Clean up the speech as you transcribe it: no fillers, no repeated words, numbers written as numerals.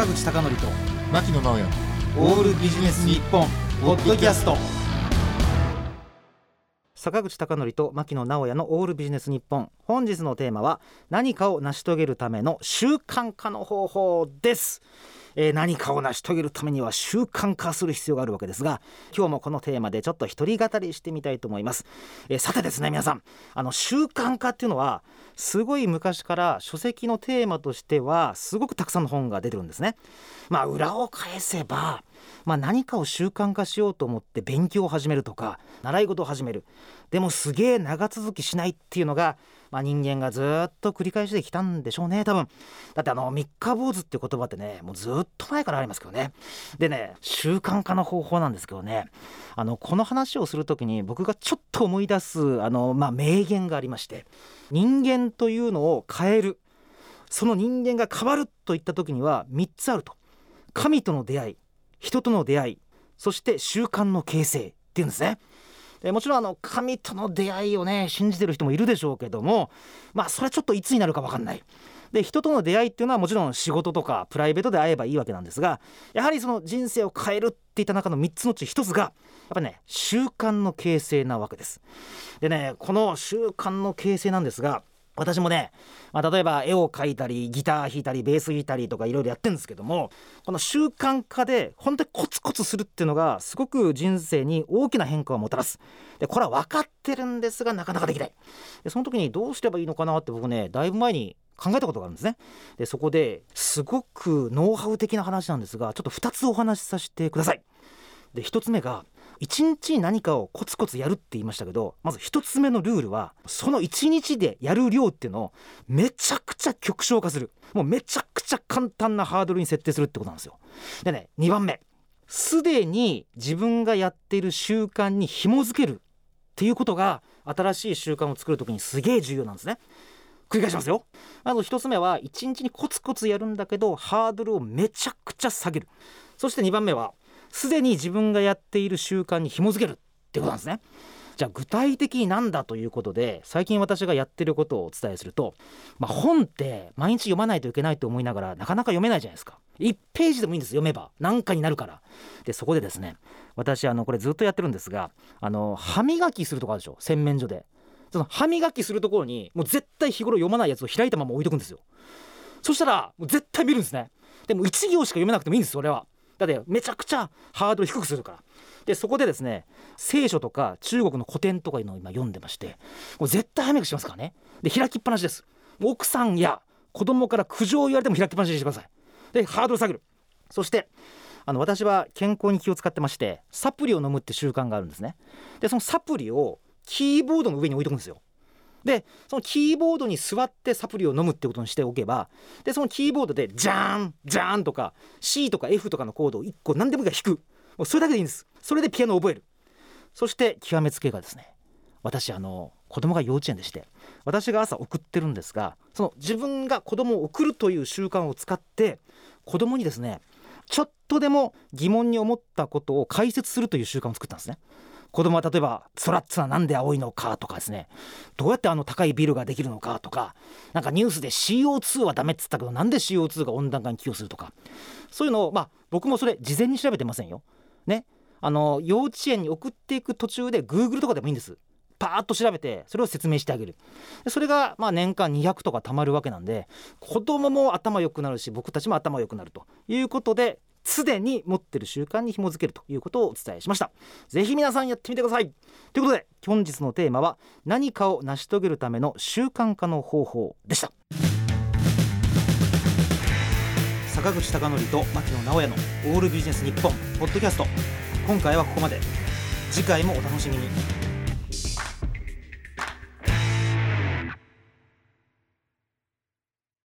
坂口孝則と牧野直哉オールビジネス日本ポッドキャスト。 坂口孝則と牧野直哉のオールビジネス日本、本日のテーマは何かを成し遂げるための習慣化の方法です。何かを成し遂げるためには習慣化する必要があるわけですが、今日もこのテーマでちょっと一人語りしてみたいと思います。さてですね、皆さん習慣化っていうのはすごい昔から書籍のテーマとしてはすごくたくさんの本が出てるんですね。裏を返せば何かを習慣化しようと思って勉強を始めるとか習い事を始める、でもすげえ長続きしないっていうのが、人間がずっと繰り返してきたんでしょうね、多分。だって三日坊主っていう言葉ってね、もうずっと前からありますけどね。でね、習慣化の方法なんですけどね、この話をするときに僕がちょっと思い出す名言がありまして、人間というのを変える、その人間が変わるといったときには3つあると。神との出会い、人との出会い、そして習慣の形成っていうんですね。もちろん神との出会いをね信じてる人もいるでしょうけども、それはちょっといつになるか分かんない。で、人との出会いっていうのはもちろん仕事とかプライベートで会えばいいわけなんですが、やはりその人生を変えるっていった中の3つのうち1つがやっぱね、習慣の形成なわけです。でね、この習慣の形成なんですが、私もね、例えば絵を描いたりギター弾いたりベース弾いたりとかいろいろやってるんですけども、この習慣化で本当にコツコツするっていうのがすごく人生に大きな変化をもたらす。で、これは分かってるんですがなかなかできない。で、その時にどうすればいいのかなって僕ね、だいぶ前に考えたことがあるんですね。で、そこですごくノウハウ的な話なんですが、ちょっと2つお話しさせてください。で、1つ目が1日に何かをコツコツやるって言いましたけど、まず1つ目のルールはその1日でやる量っていうのをめちゃくちゃ極小化する。もうめちゃくちゃ簡単なハードルに設定するってことなんですよ。でね、2番目、すでに自分がやっている習慣に紐づけるっていうことが新しい習慣を作るときにすげえ重要なんですね。繰り返しますよ。まず1つ目は1日にコツコツやるんだけどハードルをめちゃくちゃ下げる。そして2番目はすでに自分がやっている習慣に紐づけるってことなんですね。じゃあ具体的になんだということで、最近私がやってることをお伝えすると、本って毎日読まないといけないと思いながらなかなか読めないじゃないですか。1ページでもいいんです、読めば何かになるから。で、そこでですね、私これずっとやってるんですが、歯磨きするとこあるでしょ、洗面所で。その歯磨きするところにもう絶対日頃読まないやつを開いたまま置いとくんですよ。そしたらもう絶対見るんですね。でも1行しか読めなくてもいいんです、それは。だってめちゃくちゃハードル低くするから。で、そこでですね、聖書とか中国の古典とかいうのを今読んでまして、もう絶対早めくしますからね。で、開きっぱなしです。奥さんや子供から苦情を言われても開きっぱなしにしてください。で、ハードル下げる。そして私は健康に気を使ってまして、サプリを飲むって習慣があるんですね。で、そのサプリをキーボードの上に置いとくんですよ。で、そのキーボードに座ってサプリを飲むってことにしておけば、でそのキーボードでジャーンジャーンとか C とか F とかのコードを1個何でもいいから弾く。もうそれだけでいいんです。それでピアノを覚える。そして極めつけがですね、私子供が幼稚園でして、私が朝送ってるんですが、その自分が子供を送るという習慣を使って子供にですね、ちょっとでも疑問に思ったことを解説するという習慣を作ったんですね。子供は例えば空っつはなんで青いのかとかですね、どうやって高いビルができるのかとか、なんかニュースで CO2 はダメっつったけどなんで CO2 が温暖化に寄与するとか、そういうのを僕もそれ事前に調べてませんよね。幼稚園に送っていく途中で Google とかでもいいんです。パーッと調べてそれを説明してあげる。でそれが年間200とか貯まるわけなんで、子供も頭良くなるし僕たちも頭良くなるということで、すでに持ってる習慣に紐づけるということをお伝えしました。ぜひ皆さんやってみてください。ということで本日のテーマは何かを成し遂げるための習慣化の方法でした。 坂口孝則と牧野直哉のオールビジネス日本ポッドキャスト、今回はここまで。次回もお楽しみに。